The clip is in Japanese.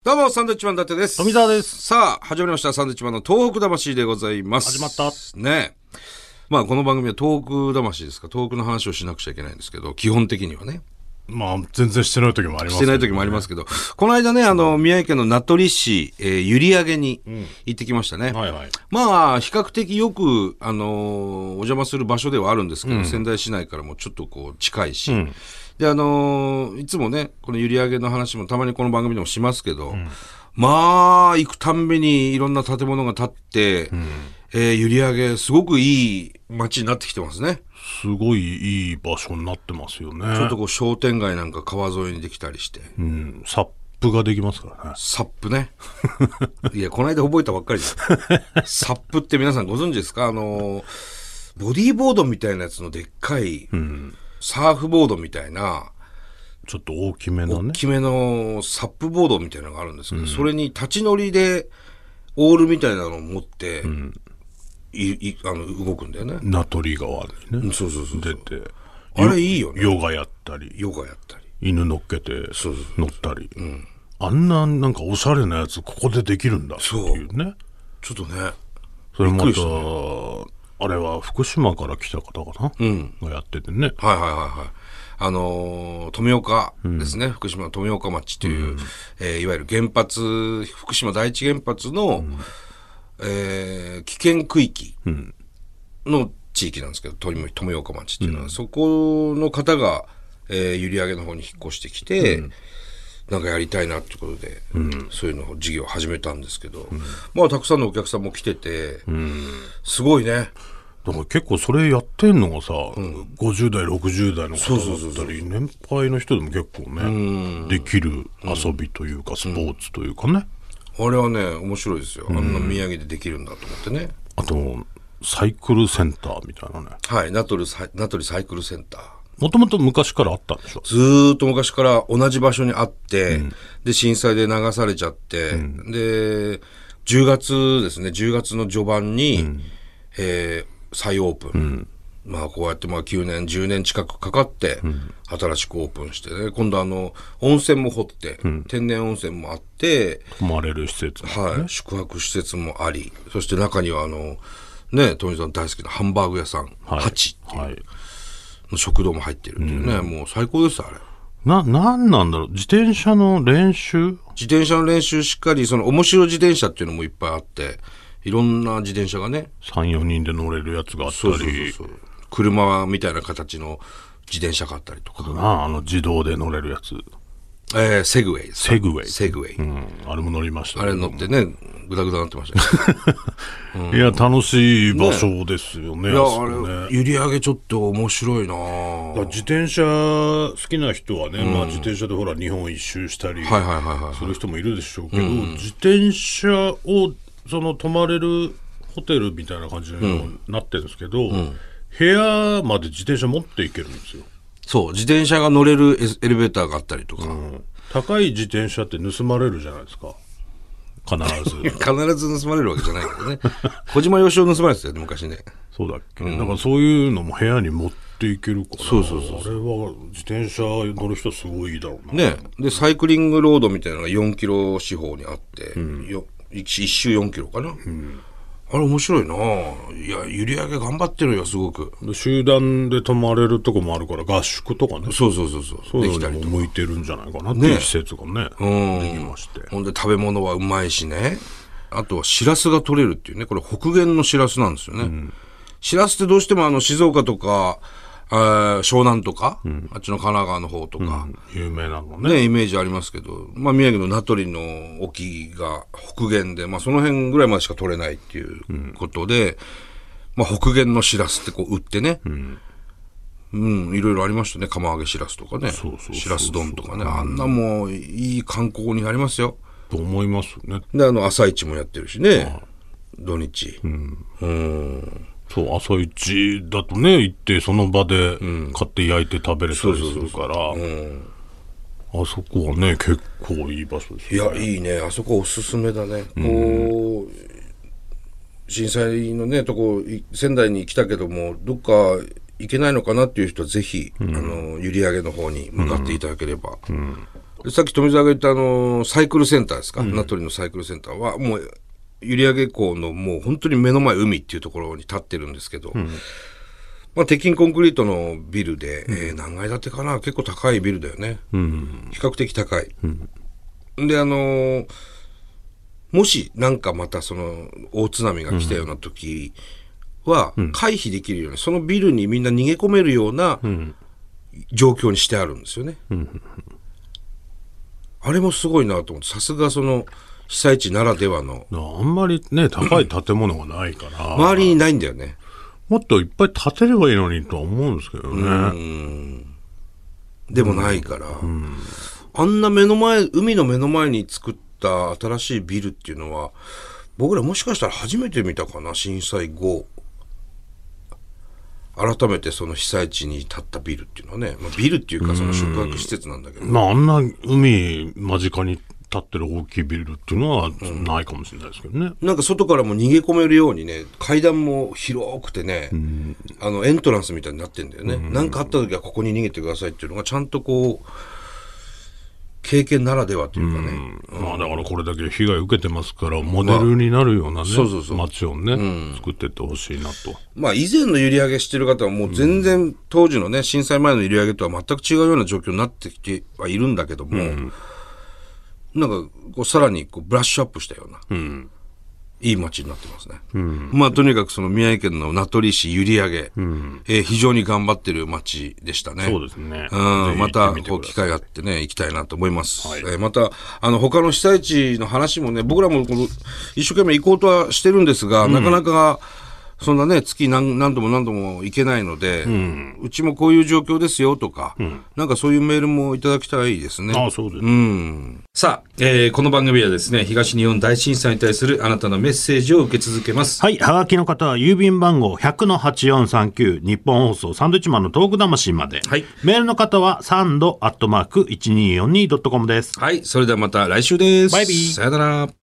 どうも、サンドウィッチマン伊達です。 富澤です。 さあ、始まりました。サンドウィッチマンの東北魂でございます。 始まった。 ね。まあ、この番組は東北魂ですから、東北の話をしなくちゃいけないんですけど、基本的にはね。 まあ、全然してない時もありますけど、ね。 してない時もありますけど、この間ね、宮城県の名取市、閖上に行ってきましたね。 はいはい。 まあ、比較的よく、お邪魔する場所ではあるんですけど、仙台市内からもちょっとこう、近いし、で、いつもね、この閖上の話もたまにこの番組でもしますけど、まあ、行くたんびにいろんな建物が建って、閖上、すごくいい街になってきてますね。 すごいいい場所になってますよね。 ちょっとこう商店街なんか川沿いにできたりして。 サップができますからね。 サップね。いや、この間覚えたばっかりじゃん。サップって皆さんご存知ですか？ボディーボードみたいなやつのでっかい、サーフボードみたいな、 ちょっと大きめのね。 大きめのサップボードみたいなのがあるんですけど、それに立ち乗りでオールみたいなのを持って、動くんだよね。 名取川にね。 そう出て。 あれいいよね。 ヨガやったり。犬乗っけて乗ったり。あんななんかおしゃれなやつここでできるんだっていうね。 ちょっとね。 それまた、あれは福島から来た方かな、がやっててね。 富岡ですね、福島の富岡町という、いわゆる原発、福島第一原発の、危険区域の地域なんですけど、富岡町っていうのは、そこの方が、閖上の方に引っ越してきて、なんかやりたいなってことで、そういうのを事業を始めたんですけど、まあたくさんのお客さんも来てて、すごいね。 だから結構それやってんのがさ、50代60代の方だったり、年配の人でも結構ね、できる遊びというかスポーツというかね、 あれはね面白いですよ。あんな宮城でできるんだと思ってね。 あとサイクルセンターみたいなね。 はい、名取サイクルセンター。もともと昔からあったんでしょ？ ずーっと昔から同じ場所にあって、で震災で流されちゃって、で10月ですね、10月の序盤に、再オープン、まあこうやってまあ9年10年近くかかって、新しくオープンしてね、今度温泉も掘って、天然温泉もあって、 泊まれる施設も、 はい、宿泊施設もあり、そして中にはね、富さん大好きなハンバーグ屋さん、ハチっていうの食堂も入ってるっていうね、もう最高ですあれ。 なんなんだろう、自転車の練習しっかり、その面白自転車っていうのもいっぱいあって、いろんな自転車がね、 3、4人で乗れるやつがあったり、 車みたいな形の自転車があったりとか。 自動で乗れるやつ。 セグウェイですか。セグウェイ。 あれも乗りました。 あれ乗ってね、ぐだぐだなってましたね。 いや、楽しい場所ですよね。 いや、あれ、閖上ちょっと面白いな。 自転車好きな人はね、まあ自転車でほら日本一周したりする人もいるでしょうけど、自転車を泊まれるホテルみたいな感じになってるんですけど、部屋まで自転車持っていけるんですよ。 そう、自転車が乗れるエレベーターがあったりとか、 高い自転車って盗まれるじゃないですか、必ず盗まれるわけじゃないけどね。小島よしお盗まれてたよね昔ね。 そうだっけ、だからそういうのも部屋に持っていけるから、あれは自転車乗る人すごいいいだろうなね。でサイクリングロードみたいなのが4キロ四方にあって、1周4キロかな、あれ面白いな。いや、閖上頑張ってるよすごく。 集団で泊まれるとこもあるから合宿とかね、 そうできたりとか向いてるんじゃないかなっていう施設がね、できまして、 ほんで食べ物はうまいしね。あとはしらすが取れるっていうね、これ北限のしらすなんですよね。しらすってどうしても静岡とか湘南とか、あっちの神奈川の方とか、 有名なのね、 イメージありますけど、まあ宮城の名取の沖が北限で、まあその辺ぐらいまでしか取れないっていうことで、まあ北限のしらすってこう売ってね、いろいろありましたね。釜揚げしらすとかね、しらす丼とかね、あんなもういい観光にありますよ。 と思いますね。 で朝市もやってるしね、土日。 そう、朝市だとね、行ってその場で買って焼いて食べれたりするから、あそこはね結構いい場所ですよね。 いや、いいね、あそこおすすめだね。こう震災のねとこ仙台に来たけどもどっか行けないのかなっていう人はぜひ、閖上の方に向かっていただければ、 さっき富澤が言ったサイクルセンターですか、名取のサイクルセンターはもう閖上港のもう本当に目の前海っていうところに立ってるんですけど、まあ、鉄筋コンクリートのビルで、何階建てかな、結構高いビルだよね、比較的高い、でもしなんかまたその大津波が来たような時は回避できるように、そのビルにみんな逃げ込めるような状況にしてあるんですよね、あれもすごいなと思って、さすがその被災地ならではの。 あんまりね、高い建物がないから。 周りにないんだよね。 もっといっぱい建てればいいのにとは思うんですけどね。 でもないから。あんな海の目の前に作った新しいビルっていうのは、僕らもしかしたら初めて見たかな、震災後。改めてその被災地に建ったビルっていうのはね、まあ、ビルっていうかその宿泊施設なんだけど、 まああんな海間近に建ってる大きいビルっていうのはないかもしれないですけどね、 なんか外からも逃げ込めるようにね、階段も広くてね、エントランスみたいになってんだよね、なんかあった時はここに逃げてくださいっていうのがちゃんとこう経験ならではというかね、 まあだからこれだけ被害受けてますからモデルになるようなね、街をね、作っていってほしいなと。 まあ以前の閖上してる方はもう全然当時のね、震災前の閖上とは全く違うような状況になってきてはいるんだけども、なんかこうさらにこうブラッシュアップしたような、いい街になってますね、まあとにかくその宮城県の名取市閖上、非常に頑張ってる街でしたね。 そうですね、 またこう機会があってね行きたいなと思います、また他の被災地の話もね、僕らもこの一生懸命行こうとはしてるんですが、なかなかそんなね月何度も行けないので、うちもこういう状況ですよとか、なんかそういうメールもいただきたいですね。 ああ、そうです。 さあ、この番組はですね、東日本大震災に対するあなたのメッセージを受け続けます。 はい、はがきの方は郵便番号 100-8439 日本放送サンドイッチマンのトーク魂まで、メールの方はサンド@1242.comです。 はい、それではまた来週です。 バイビー。 さよなら。